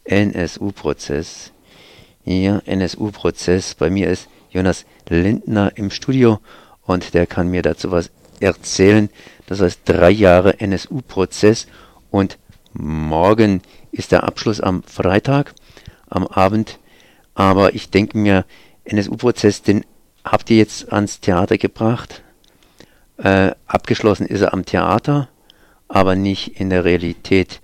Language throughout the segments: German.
NSU-Prozess. Ja, NSU-Prozess. Bei mir ist Jonas Lindner im Studio und der kann mir dazu was erzählen. Das heißt 3 Jahre NSU-Prozess und morgen ist der Abschluss am Freitag, am Abend. Aber ich denke mir, NSU-Prozess, den habt ihr jetzt ans Theater gebracht. Abgeschlossen ist er am Theater, aber nicht in der Realität.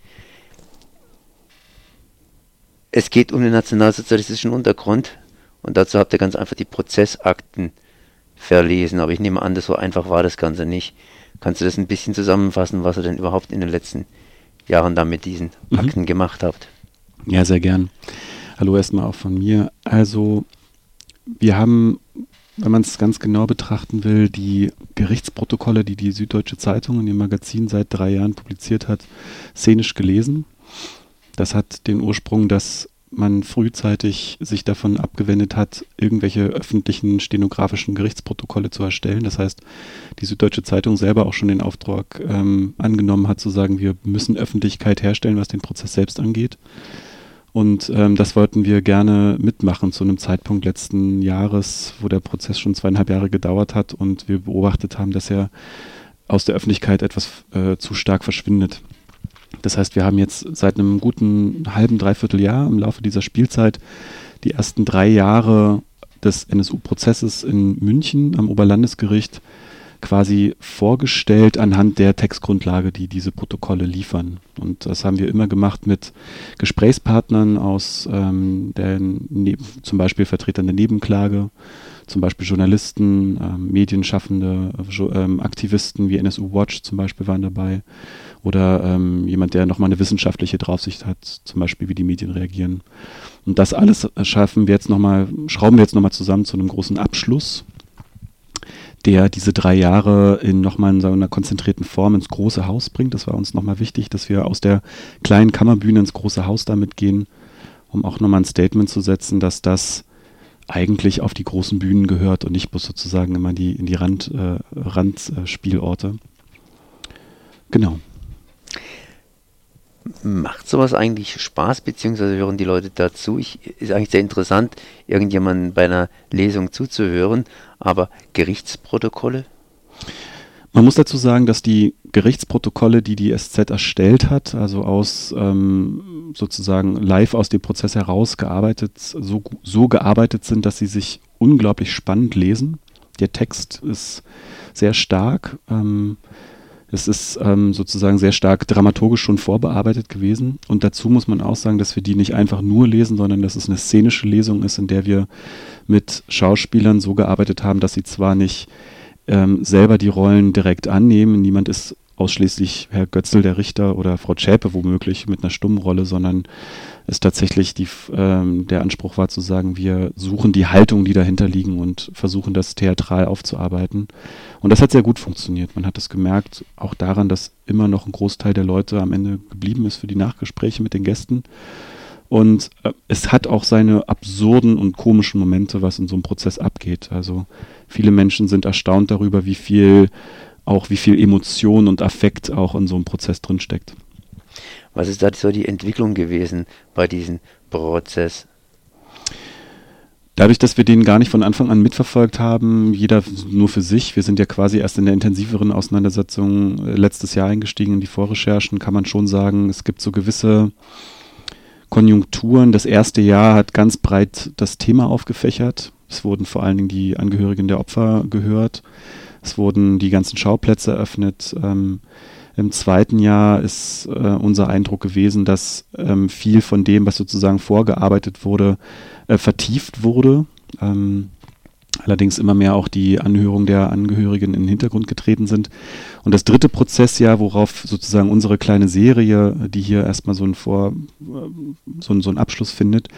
Es geht um den nationalsozialistischen Untergrund und dazu habt ihr ganz einfach die Prozessakten verlesen. Aber ich nehme an, so einfach war das Ganze nicht. Kannst du das ein bisschen zusammenfassen, was ihr denn überhaupt in den letzten Jahren da mit diesen Akten gemacht habt? Ja, sehr gern. Hallo erstmal auch von mir. Also wir haben, wenn man es ganz genau betrachten will, die Gerichtsprotokolle, die die Süddeutsche Zeitung in ihrem Magazin seit 3 Jahren publiziert hat, szenisch gelesen. Das hat den Ursprung, dass man frühzeitig sich davon abgewendet hat, irgendwelche öffentlichen stenografischen Gerichtsprotokolle zu erstellen. Das heißt, die Süddeutsche Zeitung selber auch schon den Auftrag angenommen hat, zu sagen, wir müssen Öffentlichkeit herstellen, was den Prozess selbst angeht. Und das wollten wir gerne mitmachen zu einem Zeitpunkt letzten Jahres, wo der Prozess schon 2,5 Jahre gedauert hat und wir beobachtet haben, dass er aus der Öffentlichkeit etwas zu stark verschwindet. Das heißt, wir haben jetzt seit einem guten halben, dreiviertel Jahr im Laufe dieser Spielzeit die ersten 3 Jahre des NSU-Prozesses in München am Oberlandesgericht quasi vorgestellt anhand der Textgrundlage, die diese Protokolle liefern. Und das haben wir immer gemacht mit Gesprächspartnern aus zum Beispiel Vertretern der Nebenklage, zum Beispiel Journalisten, Medienschaffende, Aktivisten wie NSU Watch zum Beispiel waren dabei oder jemand, der nochmal eine wissenschaftliche Draufsicht hat, zum Beispiel wie die Medien reagieren. Und das alles schrauben wir jetzt nochmal zusammen zu einem großen Abschluss, der diese 3 Jahre nochmal in so einer konzentrierten Form ins große Haus bringt. Das war uns nochmal wichtig, dass wir aus der kleinen Kammerbühne ins große Haus damit gehen, um auch nochmal ein Statement zu setzen, dass das eigentlich auf die großen Bühnen gehört und nicht bloß sozusagen immer in die Randspielorte. Genau. Macht sowas eigentlich Spaß, beziehungsweise hören die Leute dazu? Ist eigentlich sehr interessant, irgendjemandem bei einer Lesung zuzuhören, aber Gerichtsprotokolle? Man muss dazu sagen, dass die Gerichtsprotokolle, die die SZ erstellt hat, also aus sozusagen live aus dem Prozess heraus so gearbeitet sind, dass sie sich unglaublich spannend lesen. Der Text ist sehr stark. Es ist sozusagen sehr stark dramaturgisch schon vorbearbeitet gewesen. Und dazu muss man auch sagen, dass wir die nicht einfach nur lesen, sondern dass es eine szenische Lesung ist, in der wir mit Schauspielern so gearbeitet haben, dass sie zwar nicht selber die Rollen direkt annehmen. Niemand ist ausschließlich Herr Götzl, der Richter, oder Frau Zschäpe womöglich mit einer stummen Rolle, sondern es tatsächlich der Anspruch war zu sagen, wir suchen die Haltungen, die dahinter liegen und versuchen das theatral aufzuarbeiten. Und das hat sehr gut funktioniert. Man hat es gemerkt, auch daran, dass immer noch ein Großteil der Leute am Ende geblieben ist für die Nachgespräche mit den Gästen. Und es hat auch seine absurden und komischen Momente, was in so einem Prozess abgeht. Also viele Menschen sind erstaunt darüber, wie viel Emotion und Affekt auch in so einem Prozess drinsteckt. Was ist da so die Entwicklung gewesen bei diesem Prozess? Dadurch, dass wir den gar nicht von Anfang an mitverfolgt haben, jeder nur für sich, wir sind ja quasi erst in der intensiveren Auseinandersetzung letztes Jahr eingestiegen in die Vorrecherchen, kann man schon sagen, es gibt so gewisse Konjunkturen. Das erste Jahr hat ganz breit das Thema aufgefächert. Es wurden vor allen Dingen die Angehörigen der Opfer gehört. Es wurden die ganzen Schauplätze eröffnet. Im zweiten Jahr ist unser Eindruck gewesen, dass viel von dem, was sozusagen vorgearbeitet wurde, vertieft wurde. Allerdings immer mehr auch die Anhörung der Angehörigen in den Hintergrund getreten sind. Und das dritte Prozessjahr, worauf sozusagen unsere kleine Serie, die hier erstmal so einen Abschluss findet,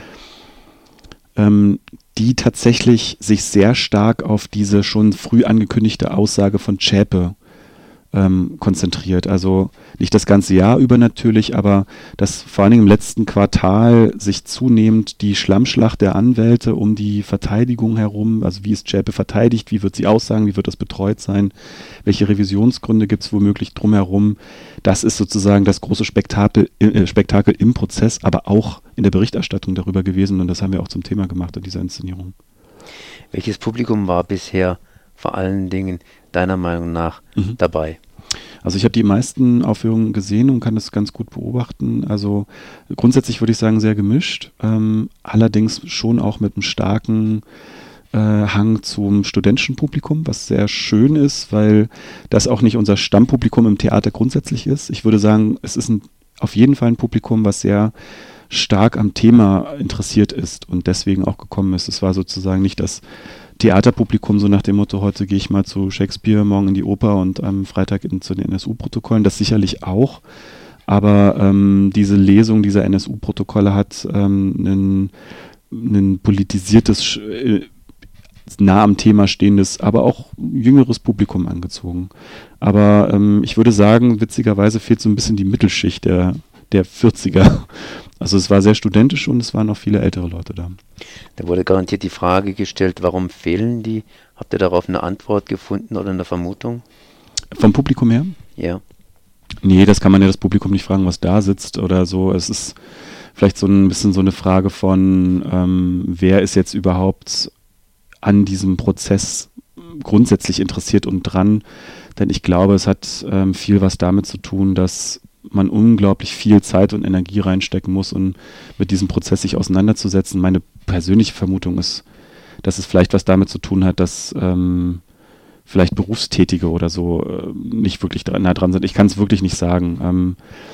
die tatsächlich sich sehr stark auf diese schon früh angekündigte Aussage von Zschäpe konzentriert. Also nicht das ganze Jahr über natürlich, aber dass vor allem im letzten Quartal sich zunehmend die Schlammschlacht der Anwälte um die Verteidigung herum, also wie ist Zschäpe verteidigt, wie wird sie aussagen, wie wird das betreut sein, welche Revisionsgründe gibt es womöglich drumherum, das ist sozusagen das große Spektakel im Prozess, aber auch in der Berichterstattung darüber gewesen, und das haben wir auch zum Thema gemacht in dieser Inszenierung. Welches Publikum war bisher vor allen Dingen deiner Meinung nach dabei? Also ich habe die meisten Aufführungen gesehen und kann das ganz gut beobachten. Also grundsätzlich würde ich sagen sehr gemischt, allerdings schon auch mit einem starken Hang zum studentischen Publikum, was sehr schön ist, weil das auch nicht unser Stammpublikum im Theater grundsätzlich ist. Ich würde sagen, es ist auf jeden Fall ein Publikum, was sehr stark am Thema interessiert ist und deswegen auch gekommen ist. Es war sozusagen nicht das Theaterpublikum, so nach dem Motto, heute gehe ich mal zu Shakespeare, morgen in die Oper und am Freitag zu den NSU-Protokollen, das sicherlich auch, aber diese Lesung dieser NSU-Protokolle hat ein politisiertes, nah am Thema stehendes, aber auch jüngeres Publikum angezogen. Aber ich würde sagen, witzigerweise fehlt so ein bisschen die Mittelschicht der 40er. Also es war sehr studentisch und es waren auch viele ältere Leute da. Da wurde garantiert die Frage gestellt, warum fehlen die? Habt ihr darauf eine Antwort gefunden oder eine Vermutung? Vom Publikum her? Ja. Nee, das kann man ja das Publikum nicht fragen, was da sitzt oder so. Es ist vielleicht so ein bisschen so eine Frage von, wer ist jetzt überhaupt an diesem Prozess grundsätzlich interessiert und dran. Denn ich glaube, es hat viel was damit zu tun, dass man unglaublich viel Zeit und Energie reinstecken muss, um mit diesem Prozess sich auseinanderzusetzen. Meine persönliche Vermutung ist, dass es vielleicht was damit zu tun hat, dass vielleicht Berufstätige oder so nicht wirklich nah dran sind. Ich kann es wirklich nicht sagen.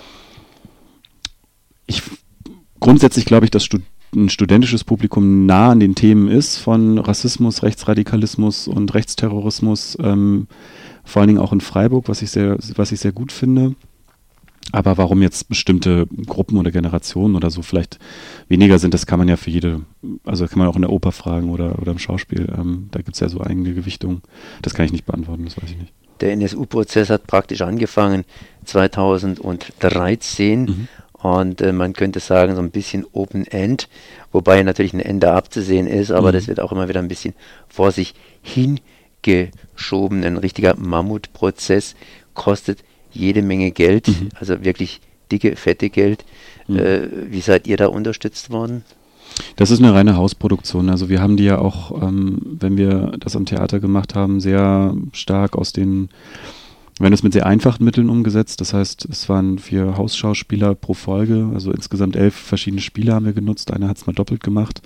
Grundsätzlich glaube ich, dass ein studentisches Publikum nah an den Themen ist von Rassismus, Rechtsradikalismus und Rechtsterrorismus, vor allen Dingen auch in Freiburg, was ich sehr gut finde. Aber warum jetzt bestimmte Gruppen oder Generationen oder so vielleicht weniger sind, das kann man ja für jede, also kann man auch in der Oper fragen oder im Schauspiel. Da gibt es ja so eigene Gewichtungen. Das kann ich nicht beantworten, das weiß ich nicht. Der NSU-Prozess hat praktisch angefangen 2013 und man könnte sagen, so ein bisschen Open End, wobei natürlich ein Ende abzusehen ist, aber das wird auch immer wieder ein bisschen vor sich hingeschoben. Ein richtiger Mammutprozess kostet jede Menge Geld, also wirklich dicke, fette Geld. Wie seid ihr da unterstützt worden? Das ist eine reine Hausproduktion. Also wir haben die ja auch, wenn wir das am Theater gemacht haben, sehr stark wir haben das mit sehr einfachen Mitteln umgesetzt. Das heißt, es waren 4 Hausschauspieler pro Folge, also insgesamt 11 verschiedene Spiele haben wir genutzt. Einer hat es mal doppelt gemacht.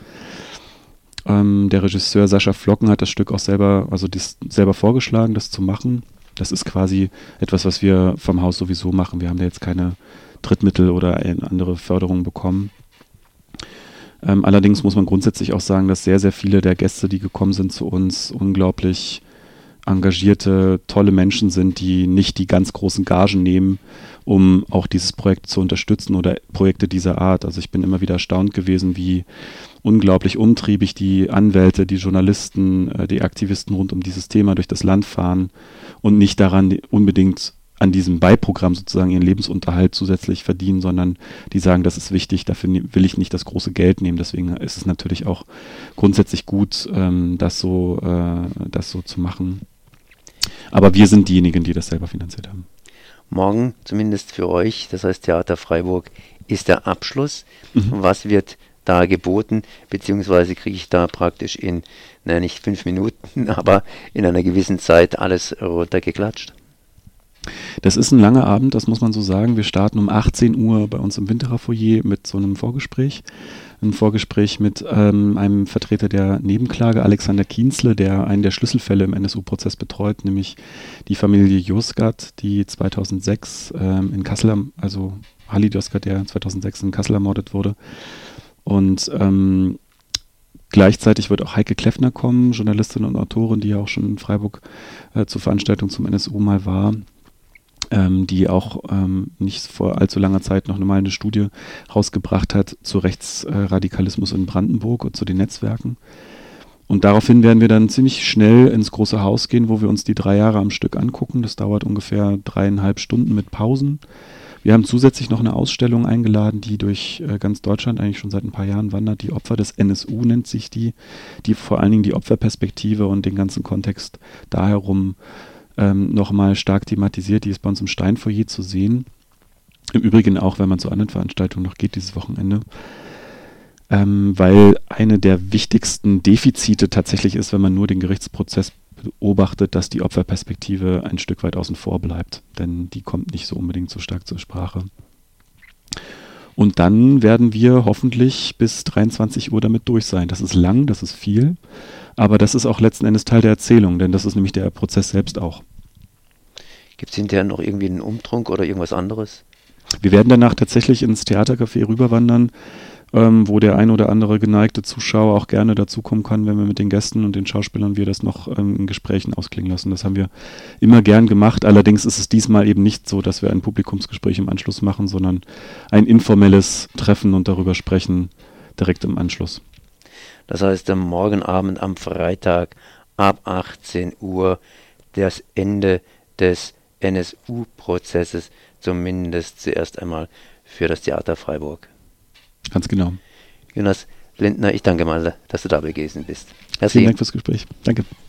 Der Regisseur Sascha Flocken hat das Stück auch selber vorgeschlagen, das zu machen. Das ist quasi etwas, was wir vom Haus sowieso machen. Wir haben da jetzt keine Drittmittel oder andere Förderung bekommen. Allerdings muss man grundsätzlich auch sagen, dass sehr, sehr viele der Gäste, die gekommen sind zu uns, unglaublich engagierte, tolle Menschen sind, die nicht die ganz großen Gagen nehmen, um auch dieses Projekt zu unterstützen oder Projekte dieser Art. Also ich bin immer wieder erstaunt gewesen, wie unglaublich umtriebig die Anwälte, die Journalisten, die Aktivisten rund um dieses Thema durch das Land fahren und nicht daran unbedingt an diesem Beiprogramm sozusagen ihren Lebensunterhalt zusätzlich verdienen, sondern die sagen, das ist wichtig, dafür will ich nicht das große Geld nehmen. Deswegen ist es natürlich auch grundsätzlich gut, das so zu machen. Aber wir sind diejenigen, die das selber finanziert haben. Morgen, zumindest für euch, das heißt Theater Freiburg, ist der Abschluss. Was wird da geboten, beziehungsweise kriege ich da praktisch in, nicht 5 Minuten, aber in einer gewissen Zeit alles runtergeklatscht? Das ist ein langer Abend, das muss man so sagen. Wir starten um 18 Uhr bei uns im Winterer Foyer mit so einem Vorgespräch. Ein Vorgespräch mit einem Vertreter der Nebenklage, Alexander Kienzle, der einen der Schlüsselfälle im NSU-Prozess betreut, nämlich die Familie Yozgat, die 2006 in Kassel, also Halid Yozgat, der 2006 in Kassel ermordet wurde. Und gleichzeitig wird auch Heike Kleffner kommen, Journalistin und Autorin, die ja auch schon in Freiburg zur Veranstaltung zum NSU mal war. Die auch nicht vor allzu langer Zeit noch mal eine Studie rausgebracht hat zu Rechtsradikalismus in Brandenburg und zu den Netzwerken. Und daraufhin werden wir dann ziemlich schnell ins große Haus gehen, wo wir uns die 3 Jahre am Stück angucken. Das dauert ungefähr 3,5 Stunden mit Pausen. Wir haben zusätzlich noch eine Ausstellung eingeladen, die durch ganz Deutschland eigentlich schon seit ein paar Jahren wandert. Die Opfer des NSU nennt sich die vor allen Dingen die Opferperspektive und den ganzen Kontext da herum nochmal stark thematisiert. Die ist bei uns im Steinfoyer zu sehen. Im Übrigen auch, wenn man zu anderen Veranstaltungen noch geht dieses Wochenende. Weil eine der wichtigsten Defizite tatsächlich ist, wenn man nur den Gerichtsprozess beobachtet, dass die Opferperspektive ein Stück weit außen vor bleibt, denn die kommt nicht so unbedingt so stark zur Sprache. Und dann werden wir hoffentlich bis 23 Uhr damit durch sein. Das ist lang, das ist viel, aber das ist auch letzten Endes Teil der Erzählung, denn das ist nämlich der Prozess selbst auch. Gibt es hinterher noch irgendwie einen Umtrunk oder irgendwas anderes? Wir werden danach tatsächlich ins Theatercafé rüberwandern, wo der ein oder andere geneigte Zuschauer auch gerne dazukommen kann, wenn wir mit den Gästen und den Schauspielern wir das noch in Gesprächen ausklingen lassen. Das haben wir immer gern gemacht. Allerdings ist es diesmal eben nicht so, dass wir ein Publikumsgespräch im Anschluss machen, sondern ein informelles Treffen und darüber sprechen direkt im Anschluss. Das heißt, am Morgenabend am Freitag ab 18 Uhr das Ende des NSU-Prozesses, zumindest zuerst einmal für das Theater Freiburg. Ganz genau. Jonas Lindner, ich danke mal, dass du dabei gewesen bist. Vielen Dank fürs Gespräch. Danke.